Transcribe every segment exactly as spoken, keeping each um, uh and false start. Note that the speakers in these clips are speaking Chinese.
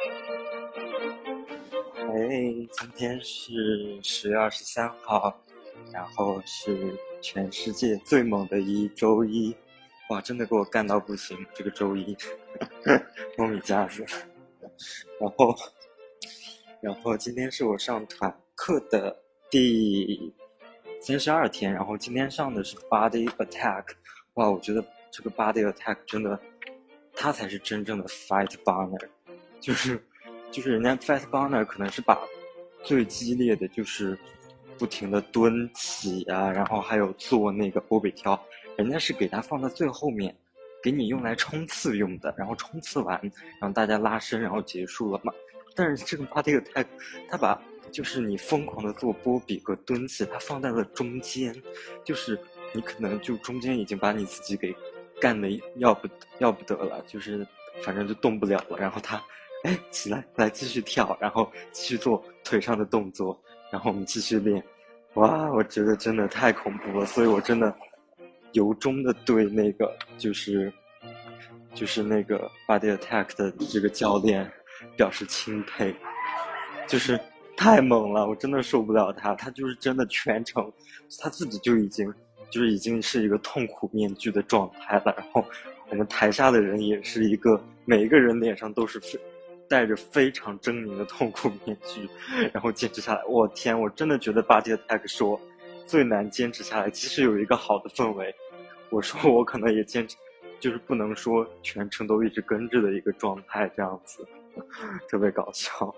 哎，今天是十月二十三号，然后是全世界最猛的一周一，哇，真的给我干到不行，这个周一，糯米架子。然后，然后今天是我上团课的第三十二天，然后今天上的是 Body Attack，哇，我觉得这个 Body Attack 真的，它才是真正的 Fight Burner，就是。就是人家 Fat Burner 可能是把最激烈的就是不停的蹲起啊，然后还有做那个波比跳，人家是给它放在最后面，给你用来冲刺用的，然后冲刺完，然后大家拉伸，然后结束了嘛。但是这个 Body Attack 它把就是你疯狂的做波比和蹲起，它放在了中间，就是你可能就中间已经把你自己给干的要不要不得了，就是反正就动不了了，然后它。哎，起来，来继续跳，然后继续做腿上的动作，然后我们继续练。哇，我觉得真的太恐怖了，所以我真的由衷的对那个就是就是那个 Body Attack 的这个教练表示钦佩，就是太猛了，我真的受不了他，他就是真的全程他自己就已经就是已经是一个痛苦面具的状态了，然后我们台下的人也是一个每一个人脸上都是非。带着非常狰狞的痛苦面具，然后坚持下来。我天，我真的觉得 Body Attack 是我最难坚持下来。即使有一个好的氛围，我说我可能也坚持，就是不能说全程都一直跟着的一个状态，这样子，特别搞笑。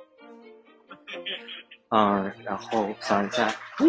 嗯，然后想一下，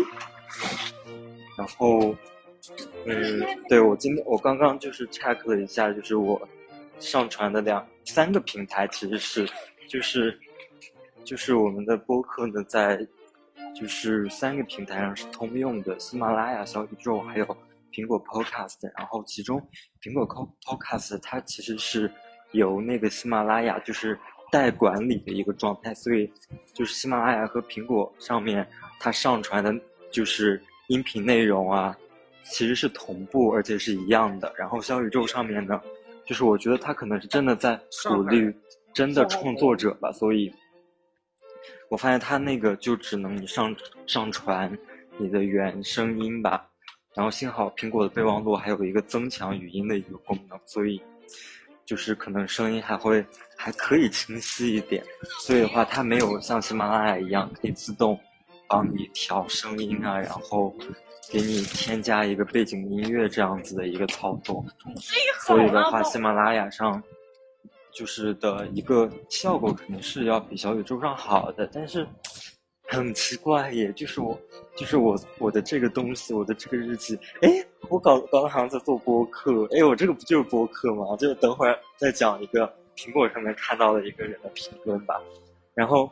然后，嗯，对我今天我刚刚就是 check 了一下，就是我上传的两三个平台其实是。就是就是我们的播客呢，在就是三个平台上是通用的，喜马拉雅、小宇宙还有苹果 Podcast。然后其中苹果 Podcast 它其实是由那个喜马拉雅就是代管理的一个状态，所以就是喜马拉雅和苹果上面它上传的就是音频内容啊，其实是同步而且是一样的。然后小宇宙上面呢，就是我觉得它可能是真的在鼓励。真的创作者吧，所以我发现他那个就只能你上上传你的原声音吧，然后幸好苹果的备忘录还有一个增强语音的一个功能，所以就是可能声音还会还可以清晰一点，所以的话它没有像喜马拉雅一样可以自动帮你调声音啊，然后给你添加一个背景音乐这样子的一个操作，所以的话喜马拉雅上就是的一个效果肯定是要比小宇宙上好的，但是很奇怪耶，就是我就是我我的这个东西，我的这个日记，哎，我搞搞得好像在做播客，哎，我这个不就是播客吗？就等会儿再讲一个苹果上面看到的一个人的评论吧，然后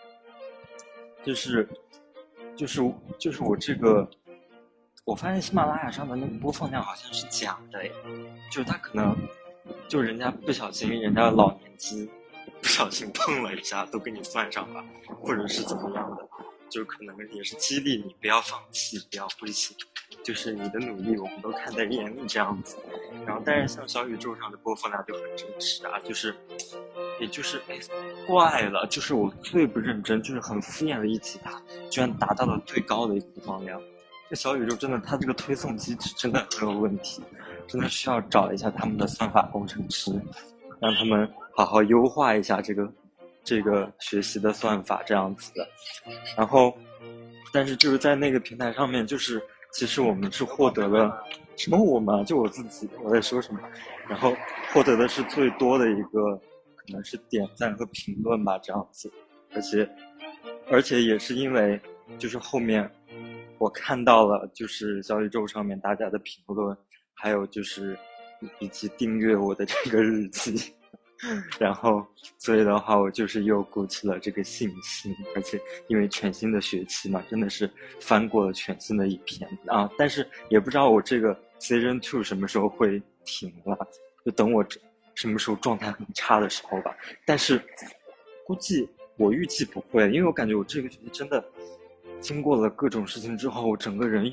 就是就是就是我这个，我发现喜马拉雅上的那个播放量好像是假的耶，就是它可能。就人家不小心，人家老年机不小心碰了一下，都给你算上吧，或者是怎么样的，就可能也是激励你不要放弃，不要灰心，就是你的努力我们都看在眼里这样子。然后，但是像小宇宙上的播放量就很真实啊，就是，也就是哎怪了，就是我最不认真，就是很敷衍的一起打，居然达到了最高的一个播放量。这小宇宙真的，它这个推送机制真的很有问题。真的需要找一下他们的算法工程师，让他们好好优化一下这个这个学习的算法这样子的。然后，但是就是在那个平台上面，就是其实我们是获得了什么我嘛，就我自己我在说什么，然后获得的是最多的一个可能是点赞和评论吧这样子，而且而且也是因为就是后面我看到了就是小宇宙上面大家的评论。还有就是以及订阅我的这个日记，然后所以的话我就是又鼓起了这个信心，而且因为全新的学期嘛，真的是翻过了全新的一篇啊，但是也不知道我这个 season two 什么时候会停了，就等我什么时候状态很差的时候吧，但是估计我预计不会，因为我感觉我这个学期真的经过了各种事情之后，我整个人又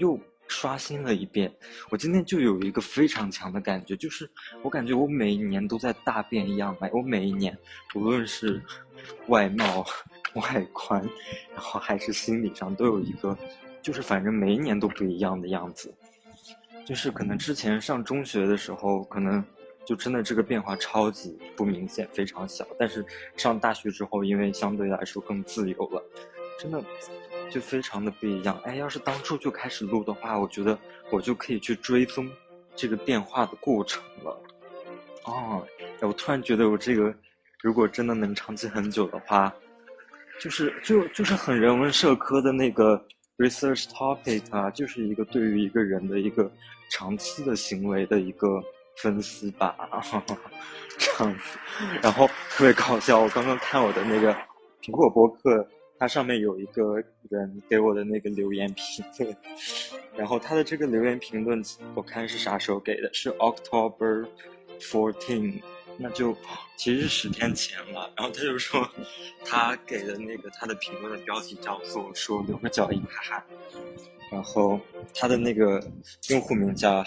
刷新了一遍。我今天就有一个非常强的感觉，就是我感觉我每一年都在大变样哎，我每一年无论是外貌、外观，然后还是心理上都有一个，就是反正每一年都不一样的样子。就是可能之前上中学的时候，可能就真的这个变化超级不明显，非常小。但是上大学之后，因为相对来说更自由了，真的就非常的不一样。哎，要是当初就开始录的话，我觉得我就可以去追踪这个变化的过程了。哦，我突然觉得我这个如果真的能长期很久的话，就是就就是很人文社科的那个 research topic 啊，就是一个对于一个人的一个长期的行为的一个分析吧，这样子。然后特别搞笑，我刚刚看我的那个苹果播客，它上面有一个人给我的那个留言评论，然后他的这个留言评论我看是啥时候给的，是 October fourteen，那就其实是十天前了。然后他就说他给的那个他的评论的标题叫做说留个脚印哈哈，然后他的那个用户名叫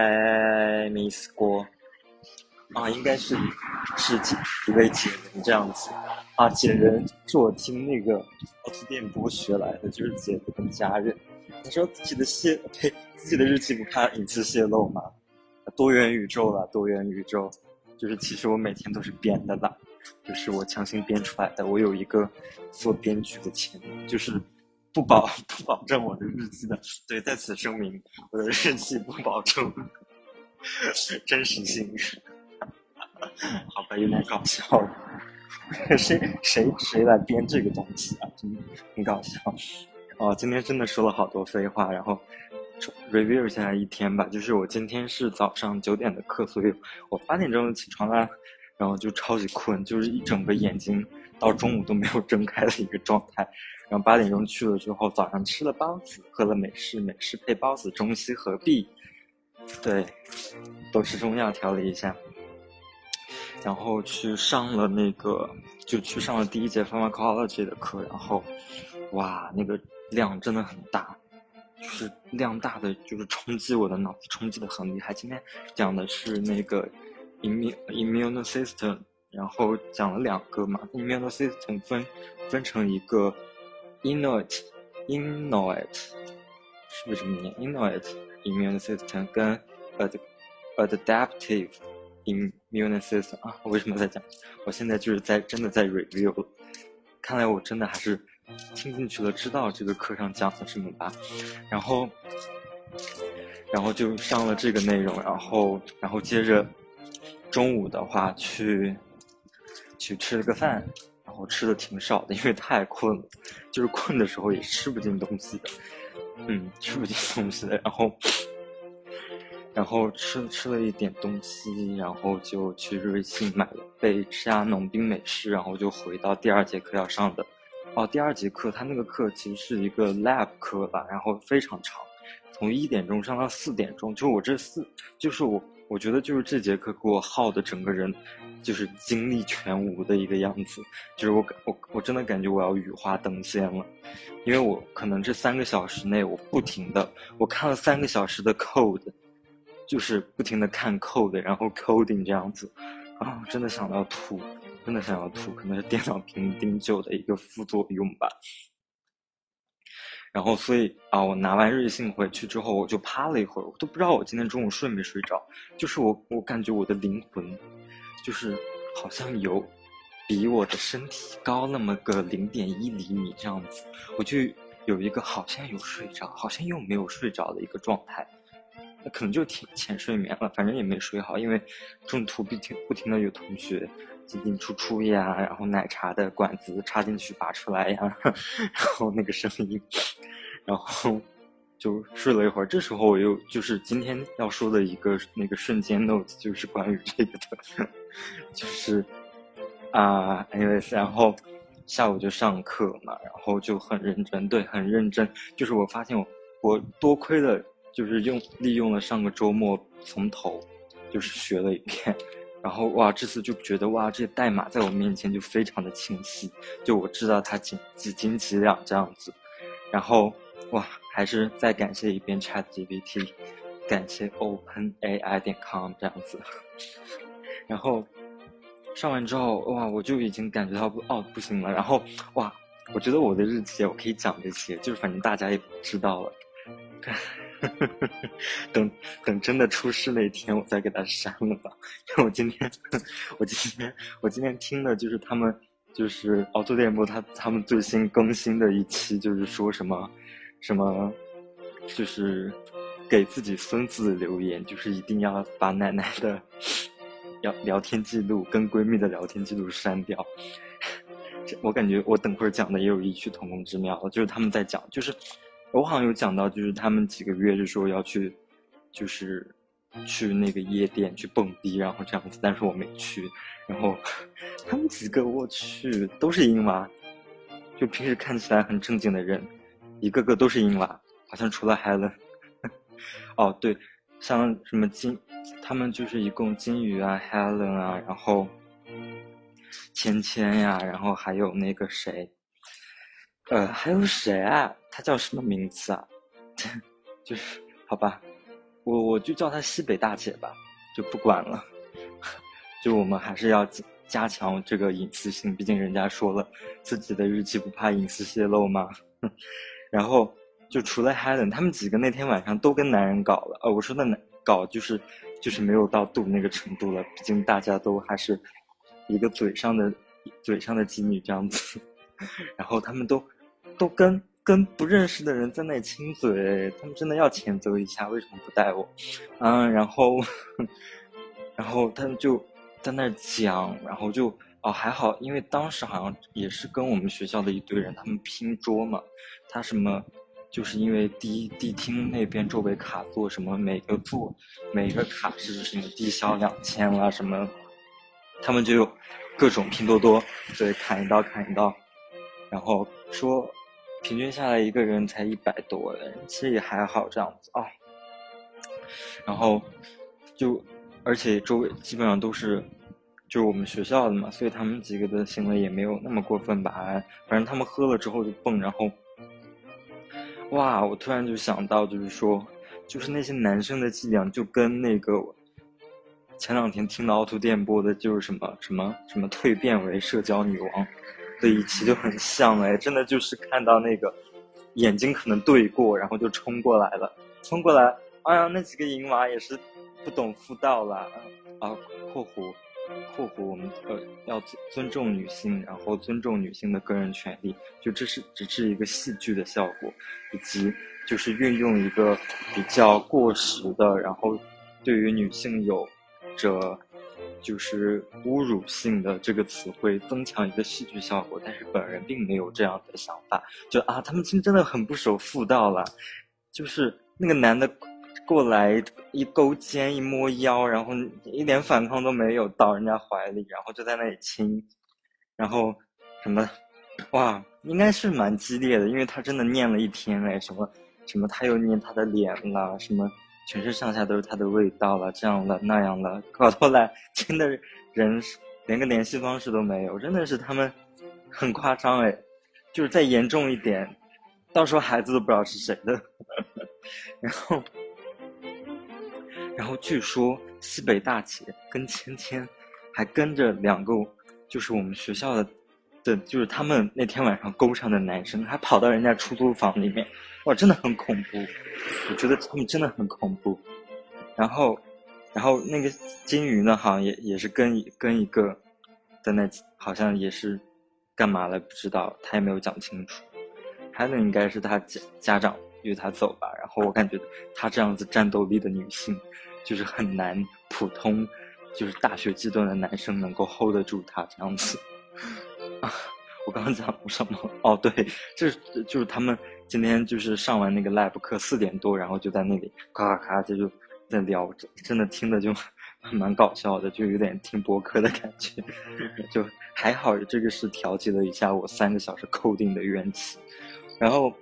Hi Miss 郭啊，应该是是一位解人这样子啊。解人是我听那个奥斯电波学来的，就是解人跟家人。他说自己的泄呸自己的日期不怕隐私泄露吗？多元宇宙了，多元宇宙，就是其实我每天都是编的啦，就是我强行编出来的。我有一个做编剧的潜力，就是不保不保证我的日记的。对，在此声明，我的日记不保证真实性。好吧，有点搞笑。谁谁谁来编这个东西啊？真的很搞笑。哦，今天真的说了好多废话，然后 review 下来一天吧。就是我今天是早上九点的课，所以我八点钟起床了，然后就超级困，就是一整个眼睛到中午都没有睁开的一个状态。然后八点钟去了之后，早上吃了包子，喝了美式，美式配包子，中西合璧，对，都吃中药调理一下。然后去上了那个，就去上了第一节 pharmacology 的课，然后，哇，那个量真的很大，就是量大的，就是冲击我的脑子，冲击的很厉害。今天讲的是那个 immune immune system， 然后讲了两个嘛 ，immune system 分分成一个 innate innate 是不是这么念 innate immune system 跟 ad adaptive immune system 啊，我为什么在讲？我现在就是在真的在 review 了，看来我真的还是听进去了，知道这个课上讲了什么吧。然后，然后就上了这个内容，然后，然后接着中午的话去去吃了个饭，然后吃的挺少的，因为太困了，就是困的时候也吃不进东西的，嗯，吃不进东西的，然后。然后吃吃了一点东西，然后就去瑞幸买了杯加浓冰美式，然后就回到第二节课要上的。哦，第二节课他那个课其实是一个 lab 课吧，然后非常长，从一点钟上到四点钟。就我这四，就是我我觉得就是这节课给我耗的整个人就是精力全无的一个样子，就是我我我真的感觉我要羽化登仙了，因为我可能这三个小时内我不停的我看了三个小时的 code。就是不停的看 code， 然后 coding 这样子，啊，真的想要吐，真的想要吐，可能是电脑屏顶久的一个副作用吧。然后所以啊，我拿完瑞幸回去之后，我就趴了一会儿，我都不知道我今天中午睡没睡着，就是我我感觉我的灵魂，就是好像有比我的身体高那么个零点一厘米这样子，我就有一个好像有睡着，好像又没有睡着的一个状态。那可能就挺浅睡眠了，反正也没睡好，因为中途不停不停的有同学进进出出呀，然后奶茶的管子插进去拔出来呀，然后那个声音，然后就睡了一会儿。这时候我又就是今天要说的一个那个瞬间 note， 就是关于这个的，就是啊 anyways， 然后下午就上课嘛，然后就很认真，对，很认真，就是我发现我我多亏了。就是用利用了上个周末从头就是学了一遍，然后哇这次就觉得哇这代码在我面前就非常的清晰，就我知道它几几斤几两这样子，然后哇还是再感谢一遍 ChatGPT， 感谢 OpenAI 点 com 这样子。然后上完之后，哇，我就已经感觉到不哦不行了。然后哇，我觉得我的日记我可以讲这些，就是反正大家也知道了。等等真的出事那天我再给他删了吧。因为我今天我今天我今天听的就是他们就是凹凸电波他他们最新更新的一期，就是说什么什么就是给自己孙子留言，就是一定要把奶奶的聊聊天记录跟闺蜜的聊天记录删掉。我感觉我等会儿讲的也有异曲同工之妙了，就是他们在讲，就是我好像有讲到，就是他们几个月就说要去，就是去那个夜店去蹦迪，然后这样子，但是我没去。然后他们几个我去都是婴娃，就平时看起来很正经的人，一个个都是婴娃，好像除了 Helen。哦对，像什么金，他们就是一共金鱼啊 Helen 啊，然后芊芊呀，然后还有那个谁，呃，还有谁啊？他叫什么名字啊？就是好吧，我我就叫他西北大姐吧，就不管了。就我们还是要加强这个隐私性，毕竟人家说了自己的日记不怕隐私泄露嘛。然后就除了 Helen， 他们几个那天晚上都跟男人搞了。呃，我说的男搞就是就是没有到度那个程度了，毕竟大家都还是一个嘴上的嘴上的妓女这样子。然后他们都都跟跟不认识的人在那里亲嘴，他们真的要谴责一下，为什么不带我？嗯，然后然后他们就在那儿讲，然后就哦还好，因为当时好像也是跟我们学校的一堆人他们拼桌嘛，他什么就是因为第一地厅那边周围卡座什么每个座每个卡是什么低消两千啦什么，他们就有各种拼多多，对，砍一刀砍一刀，然后说平均下来一个人才一百多，其实也还好这样子啊、哦。然后就而且周围基本上都是就是我们学校的嘛，所以他们几个的行为也没有那么过分吧。反正他们喝了之后就蹦，然后哇，我突然就想到，就是说就是那些男生的伎俩就跟那个前两天听到凹凸电波的就是什么什么什么蜕变为社交女王的一期就很像哎，真的就是看到那个眼睛可能对过，然后就冲过来了，冲过来，哎呀，那几个淫娃也是不懂妇道啦啊！括弧括弧我们呃要尊重女性，然后尊重女性的个人权利，就这是只是一个戏剧的效果，以及就是运用一个比较过时的，然后对于女性有着就是侮辱性的这个词汇，增强一个戏剧效果，但是本人并没有这样的想法，就啊，他们真的很不守妇道了，就是那个男的过来一勾肩一摸腰，然后一点反抗都没有，倒人家怀里，然后就在那里亲，然后什么，哇，应该是蛮激烈的，因为他真的念了一天哎，什么什么他又念他的脸了，什么全身上下都是他的味道了，这样了那样了，搞头来亲的人连个联系方式都没有，真的是他们很夸张哎，就是再严重一点，到时候孩子都不知道是谁的。然后然后据说西北大姐跟芊芊还跟着两个就是我们学校的的就是他们那天晚上勾上的男生还跑到人家出租房里面，哇，真的很恐怖，我觉得他们真的很恐怖。然后然后那个金鱼呢好像也也是跟跟一个在那好像也是干嘛了不知道，他也没有讲清楚，还能应该是他家家长约他走吧。然后我感觉他这样子战斗力的女性就是很难普通就是大学阶段的男生能够 hold 得住他这样子啊。我刚刚讲什么？哦对，这就是他们今天就是上完那个 lab 课四点多，然后就在那里咔咔咔就在聊，真的听的就蛮搞笑的，就有点听播客的感觉。就还好这个是调节了一下我三个小时扣定的怨气。然后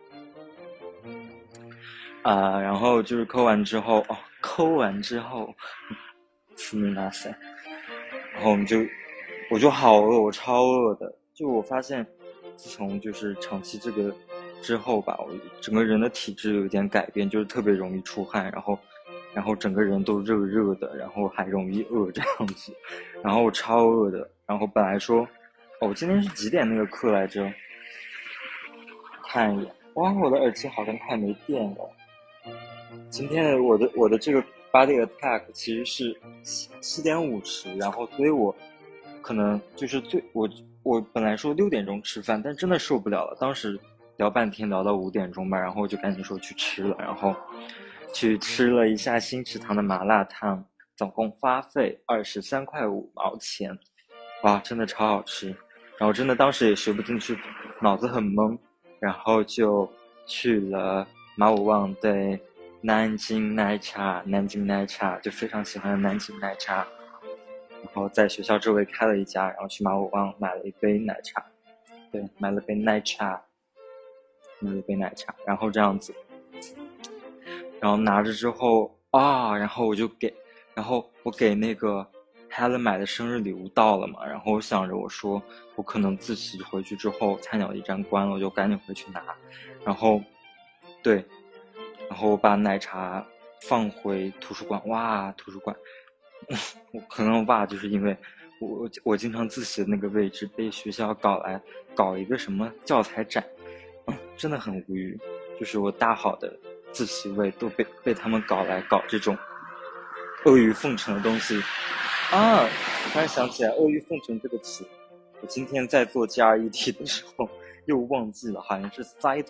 啊、呃，然后就是抠完之后，哦，抠完之后，斯密达塞，然后我们就，我就好饿，我超饿的。就我发现，自从就是长期这个之后吧，我整个人的体质有一点改变，就是特别容易出汗，然后然后整个人都热热的，然后还容易饿这样子，然后超饿的，然后本来说，哦，今天是几点那个课来着？看一眼，哇，我的耳机好像快没电了。今天的我的我的这个 body attack 其实是七七点五十，然后所以我可能就是最我我本来说六点钟吃饭，但真的受不了了，当时聊半天聊到五点钟吧，然后我就赶紧说去吃了，然后去吃了一下新池塘的麻辣烫，总共花费二十三块五毛钱，哇，真的超好吃，然后真的当时也学不进去，脑子很懵，然后就去了马武旺的南京奶茶，南京奶茶就非常喜欢的南京奶茶，然后在学校周围开了一家，然后去马武旺买了一杯奶茶，对，买了杯奶茶，买了一杯奶茶，然后这样子，然后拿着之后啊，然后我就给，然后我给那个 Helen 买的生日礼物到了嘛，然后我想着我说我可能自习回去之后菜鸟驿站关了，我就赶紧回去拿，然后对，然后我把奶茶放回图书馆，哇，图书馆，我可能哇，就是因为我我经常自习的那个位置被学校搞来搞一个什么教材展，嗯，真的很无语，就是我大好的自习位都被被他们搞来搞这种阿谀奉承的东西啊！突然想起来"阿谀奉承"这个词，我今天在做 G R E T 的时候又忘记了，好像是 psych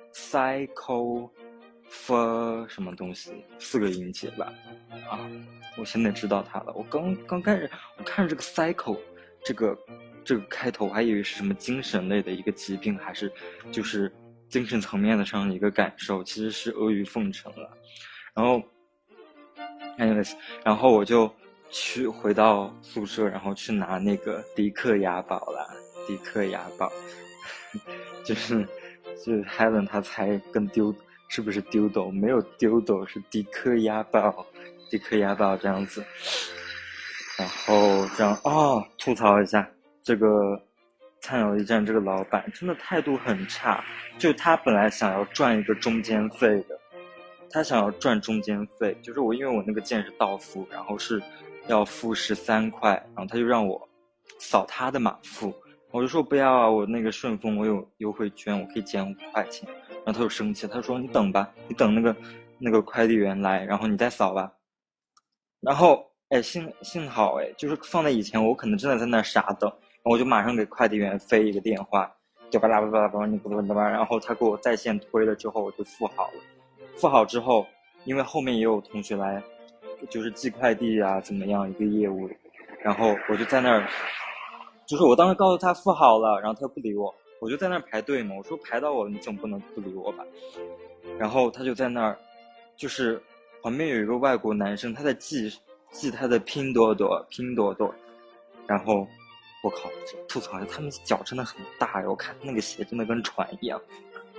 psycho for 什么东西，四个音节吧。啊，我现在知道它了。我刚刚开始，我看着这个 psycho 这个这个开头，我还以为是什么精神类的一个疾病，还是就是精神层面的上的一个感受，其实是阿谀奉承了。然后 anyways 然后我就去回到宿舍，然后去拿那个迪克雅宝啦，迪克雅宝就是就是 Helen 她才跟丢是不是丢斗，没有丢斗，是迪克雅宝，迪克雅宝这样子。然后这样哦，吐槽一下这个菜鸟驿站这个老板真的态度很差，就他本来想要赚一个中间费的，他想要赚中间费，就是我因为我那个件是到付，然后是要付十三块，然后他就让我扫他的码付，我就说不要啊，我那个顺丰我有优惠券，我可以减五块钱，然后他就生气，他说你等吧，你等那个那个快递员来，然后你再扫吧，然后哎幸幸好哎，就是放在以前我可能真的在那傻等，然后我就马上给快递员飞一个电话，就巴拉巴拉巴拉你巴拉巴拉，然后他给我在线推了之后我就付好了，付好之后，因为后面也有同学来，就是寄快递啊怎么样一个业务，然后我就在那儿，就是我当时告诉他付好了，然后他又不理我，我就在那儿排队嘛，我说排到我了你总不能不理我吧，然后他就在那儿，就是旁边有一个外国男生他在记记他的拼多多拼多多，然后我靠，吐槽一下他们脚真的很大呀，我看那个鞋真的跟船一样。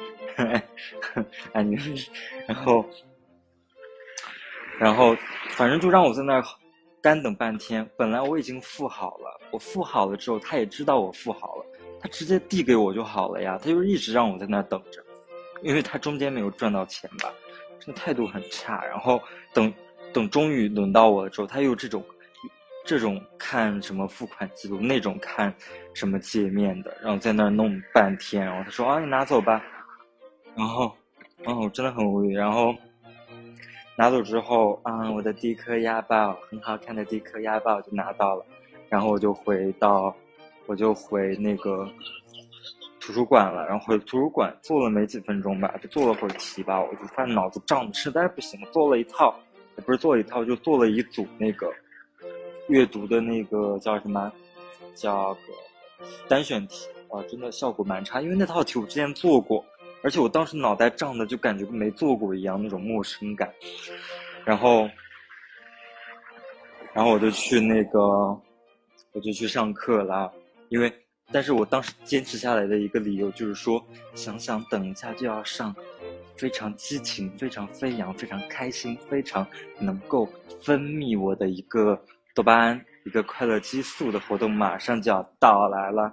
哎，你，然后，然后，反正就让我在那儿干等半天。本来我已经付好了，我付好了之后，他也知道我付好了，他直接递给我就好了呀。他就是一直让我在那儿等着，因为他中间没有赚到钱吧，真的态度很差。然后等等，终于轮到我了之后，他又这种这种看什么付款记录，那种看什么界面的，然后在那儿弄半天。然后他说啊，你拿走吧。然后，然后我真的很无语。然后拿走之后，啊，我的迪克鸭报，很好看的迪克鸭报就拿到了。然后我就回到，我就回那个图书馆了。然后回图书馆坐了没几分钟吧，就做了会儿题吧。我就发现脑子胀的实在不行，做了一套，也不是做了一套，就做了一组那个阅读的那个叫什么，叫个单选题啊，真的效果蛮差。因为那套题我之前做过。而且我当时脑袋胀的就感觉没做过一样，那种陌生感。然后，然后我就去那个，我就去上课了。因为，但是我当时坚持下来的一个理由就是说，想想等一下就要上，非常激情、非常飞扬、非常开心、非常能够分泌我的一个多巴胺、一个快乐激素的活动马上就要到来了。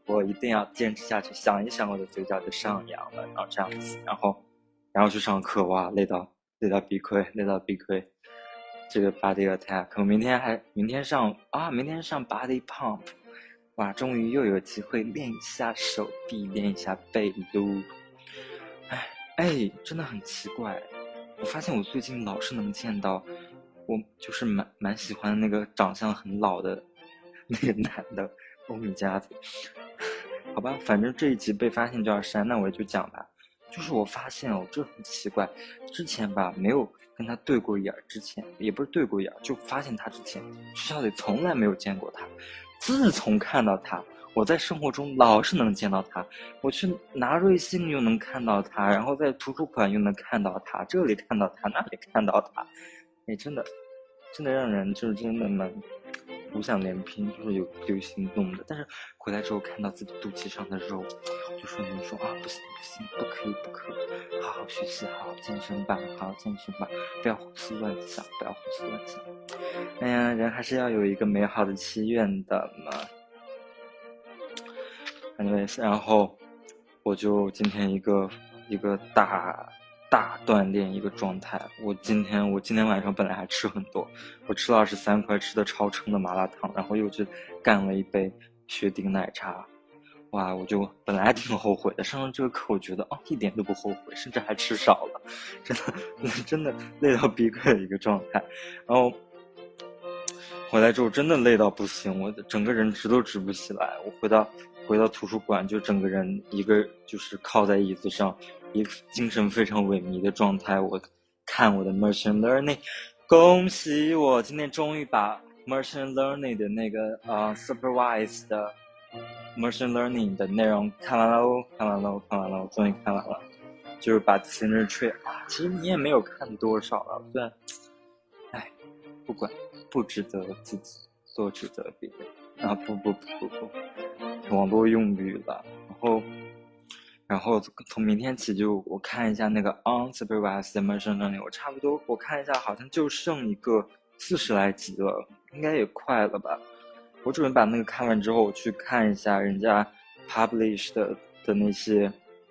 我一定要坚持下去，想一想我的嘴角就上扬了，然后这样子，然后然后去上课，哇，累到累到闭溃，累到闭溃。这个 body attack， 我明天还明天上啊，明天上 body pump， 哇，终于又有机会练一下手臂，练一下背撸。哎哎，真的很奇怪，我发现我最近老是能见到，我就是蛮蛮喜欢那个长相很老的那个男的欧米茄子。好吧，反正这一集被发现就要删，那我就讲吧。就是我发现哦，这很奇怪，之前吧没有跟他对过眼，之前也不是对过眼，就发现他之前学校里从来没有见过他。自从看到他，我在生活中老是能见到他，我去拿瑞幸又能看到他，然后在图书馆又能看到他，这里看到他，那里看到他，哎，真的，真的让人就是真的蛮浮想联翩，就是有有心动的。但是回来之后看到自己肚脐上的肉，就瞬间说啊，不行不行，不可以不可以，好好学习，好好健身吧，好好健身吧，不要胡思乱想，不要胡思乱想。哎呀，人还是要有一个美好的祈愿的嘛。anyways， 然后我就今天一个一个大大锻炼一个状态。我今天我今天晚上本来还吃很多，我吃了二十三块，吃的超撑的麻辣烫，然后又去干了一杯雪顶奶茶。哇，我就本来挺后悔的，上了这个课我觉得哦一点都不后悔，甚至还吃少了，真的真的累到逼溃的一个状态。然后回来之后真的累到不行，我整个人直都直不起来。我回到回到图书馆，就整个人一个就是靠在椅子上，一个精神非常萎靡的状态。我看我的 machine learning， 恭喜我今天终于把 machine learning 的那个呃 supervised 的 machine learning 的内容看完了哦，看完了，看完了，我终于看完了。就是把 decision tree 啊，其实你也没有看多少了，虽然，哎，不管。不值得自己，多值得别人啊！不不不不不，网络用语了。然后，然后从明天起就我看一下那个 unsupervised machine learning，我差不多我看一下，好像就剩一个四十来集了，应该也快了吧。我准备把那个看完之后，我去看一下人家 publish 的的那些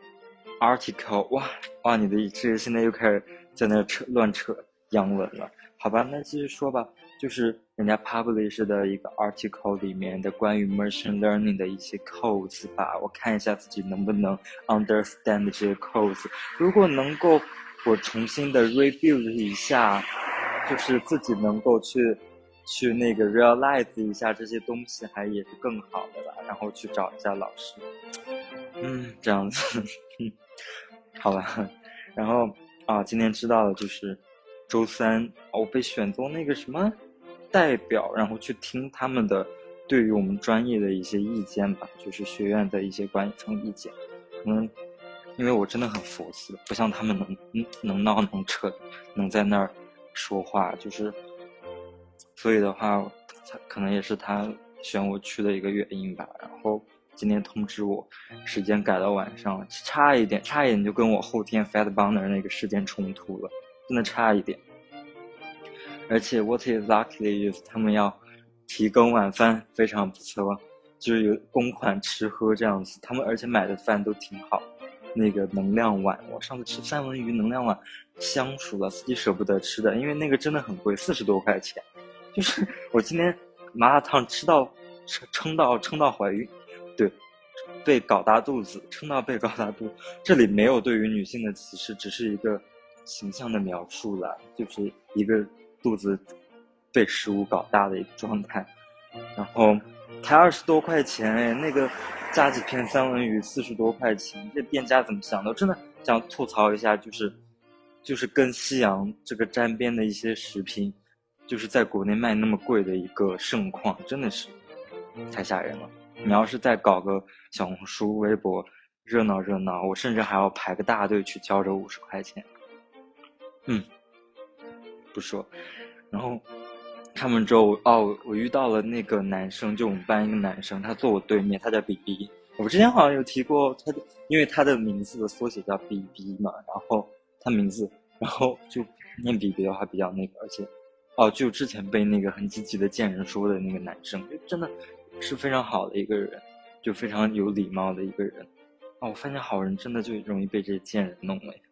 article。哇哇，你的这个现在又开始在那扯乱扯洋文了，好吧？那继续说吧。就是人家 publish 的一个 article 里面的关于 machine learning 的一些 codes 吧，我看一下自己能不能 understand 这些 codes。如果能够我重新的 review 一下，就是自己能够去去那个 realize 一下这些东西，还也是更好的吧。然后去找一下老师，嗯，这样子，好吧。然后啊，今天知道了，就是周三我被选做那个什么代表，然后去听他们的对于我们专业的一些意见吧，就是学院的一些管理层意见。嗯，因为我真的很佛系，不像他们能嗯能闹能扯，能在那儿说话，就是所以的话，他可能也是他选我去的一个原因吧。然后今天通知我时间改到晚上，差一点，差一点就跟我后天 Fat Burner 那个时间冲突了，真的差一点。而且 what is luckily 就是他们要提供晚饭，非常不错，就是有公款吃喝这样子。他们而且买的饭都挺好，那个能量碗，我上次吃三文鱼能量碗香熟了，自己舍不得吃的，因为那个真的很贵，四十多块钱。就是我今天麻辣烫吃到撑到撑到怀孕，对，被搞大肚子，撑到被搞大肚。这里没有对于女性的歧视，只是一个形象的描述了，就是一个肚子被食物搞大的一个状态。然后才二十多块钱哎，那个加几片三文鱼四十多块钱，这店家怎么想的？我真的想吐槽一下，就是就是跟西洋这个沾边的一些食品，就是在国内卖那么贵的一个盛况，真的是太吓人了。你要是再搞个小红书、微博热闹热闹，我甚至还要排个大队去交这五十块钱。嗯，不说。然后看完之后，哦，我遇到了那个男生，就我们班一个男生，他坐我对面，他叫 B B。我之前好像有提过他的，因为他的名字的缩写叫 B B 嘛，然后他名字，然后就念 B B 的话比较那个，而且，哦，就之前被那个很积极的见人说的那个男生，就真的是非常好的一个人。 就非常有礼貌的一个人啊。我发现好人真的就容易被这些贱人弄了。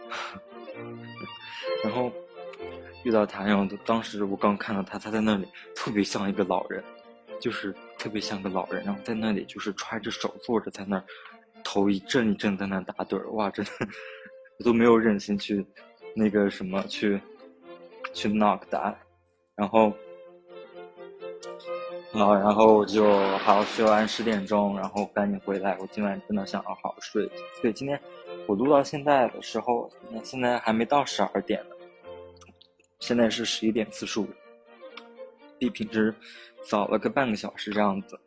然后遇到他，然后当时我刚看到他，他在那里特别像一个老人，就是特别像个老人，然后在那里就是揣着手坐着，在那儿头一阵一阵在那打盹儿，哇，真的我都没有忍心去那个什么去去 knock 他，然后好，然后我就好好睡完十点钟，然后赶紧回来，我今晚真的想好好睡，所以今天我录到现在的时候，现在还没到十二点呢，现在是十一点四十五，比平时早了个半个小时这样子。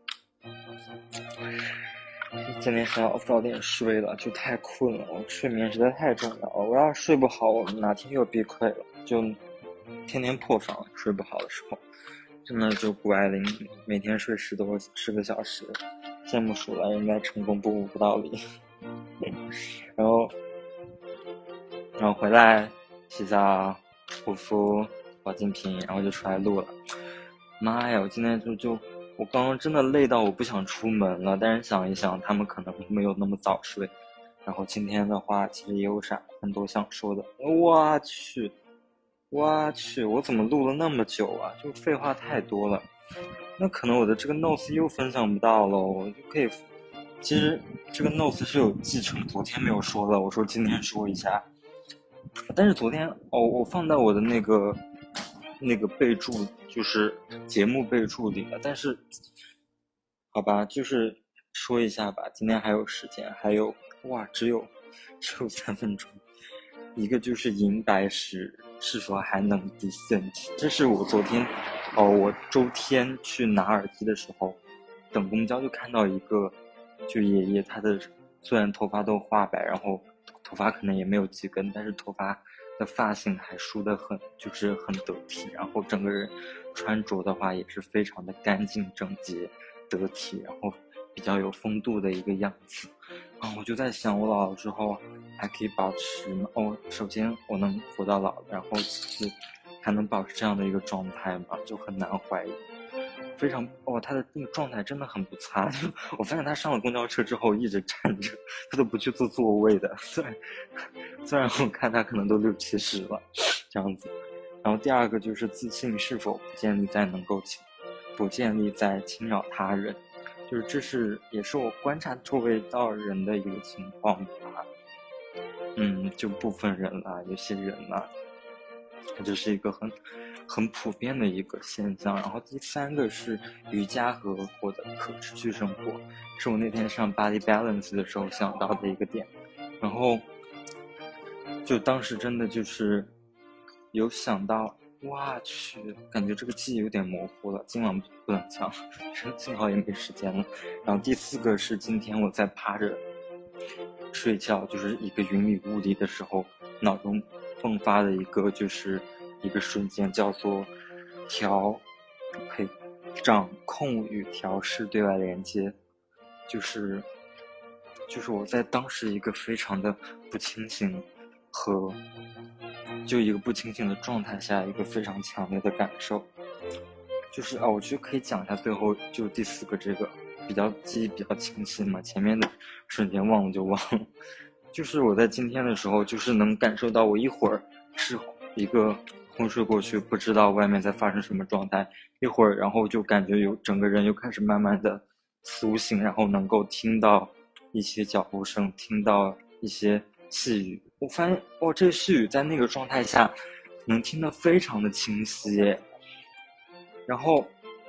今天想要早点睡了，就太困了，我睡眠实在太重要了。我要是睡不好，我哪天又憋亏了，就天天破防。睡不好的时候，真的就谷爱凌每天睡十多十个小时，羡慕死了，人家成功步步道理。然后，然后回来洗澡、护肤、保健品，然后就出来录了。妈呀！我今天就就。我刚刚真的累到我不想出门了，但是想一想，他们可能没有那么早睡。然后今天的话，其实也有啥很多想说的。我去，我去，我怎么录了那么久啊？就废话太多了。那可能我的这个 notes 又分享不到了，我就可以。其实这个 notes 是有继承，昨天没有说了，我说今天说一下。但是昨天哦，我放在我的那个。那个备注就是节目备注里了，但是好吧，就是说一下吧，今天还有时间，还有哇，只有只有三分钟。一个就是银白石是否还能 decent， 这是我昨天哦，我周天去拿耳机的时候，等公交就看到一个就爷爷，他的虽然头发都花白，然后头发可能也没有几根，但是头发的发型还梳得很，就是很得体，然后整个人穿着的话也是非常的干净整洁得体，然后比较有风度的一个样子啊。我就在想，我老了之后还可以保持哦，首先我能活到老，然后其次还能保持这样的一个状态嘛，就很难怀疑。非常哦，他的那个状态真的很不差。我发现他上了公交车之后一直站着，他都不去坐座位的。虽然虽然我看他可能都六七十了，这样子。然后第二个就是自信是否不建立在能够侵，不建立在侵扰他人，就是这是也是我观察周围到人的一个情况吧。嗯，就部分人啦，有些人啦，它就是一个很。很普遍的一个现象。然后第三个是瑜伽和我的可持续生活，是我那天上 Body Balance 的时候想到的一个点。然后就当时真的就是有想到，哇去，感觉这个记忆有点模糊了，今晚不能讲，幸好也没时间了。然后第四个是今天我在趴着睡觉，就是一个云里雾里的时候，脑中迸发的一个就是一个瞬间，叫做调可以掌控与调试对外连接，就是就是我在当时一个非常的不清醒和就一个不清醒的状态下，一个非常强烈的感受，就是啊，我觉得可以讲一下最后就第四个这个比较记忆比较清晰嘛，前面的瞬间忘了就忘了。就是我在今天的时候，就是能感受到我一会儿是一个昏睡过去，不知道外面在发生什么状态，一会儿然后就感觉有整个人又开始慢慢的苏醒，然后能够听到一些脚步声，听到一些细语。我发现哦，这个细语在那个状态下能听得非常的清晰，然后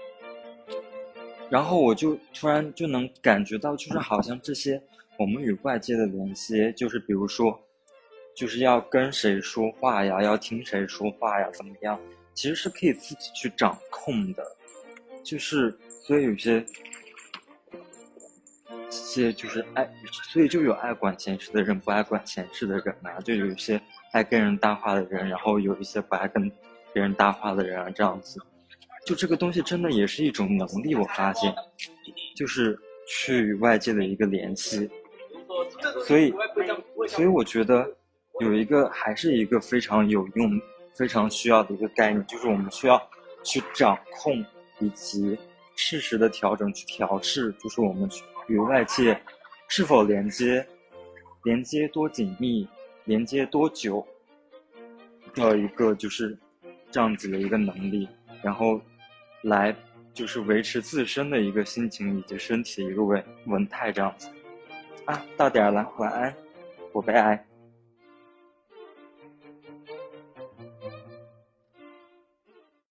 然后我就突然就能感觉到，就是好像这些我们与外界的联系，就是比如说就是要跟谁说话呀，要听谁说话呀，怎么样，其实是可以自己去掌控的。就是所以有些些就是爱，所以就有爱管闲事的人，不爱管闲事的人啊，就有一些爱跟人搭话的人，然后有一些不爱跟别人搭话的人啊，这样子。就这个东西真的也是一种能力，我发现就是去与外界的一个联系。所以所以我觉得有一个还是一个非常有用非常需要的一个概念，就是我们需要去掌控以及适时的调整去调试，就是我们与与外界是否连接，连接多紧密，连接多久的一个就是这样子的一个能力，然后来就是维持自身的一个心情以及身体的一个稳稳态这样子啊。到点了，晚安，我被爱。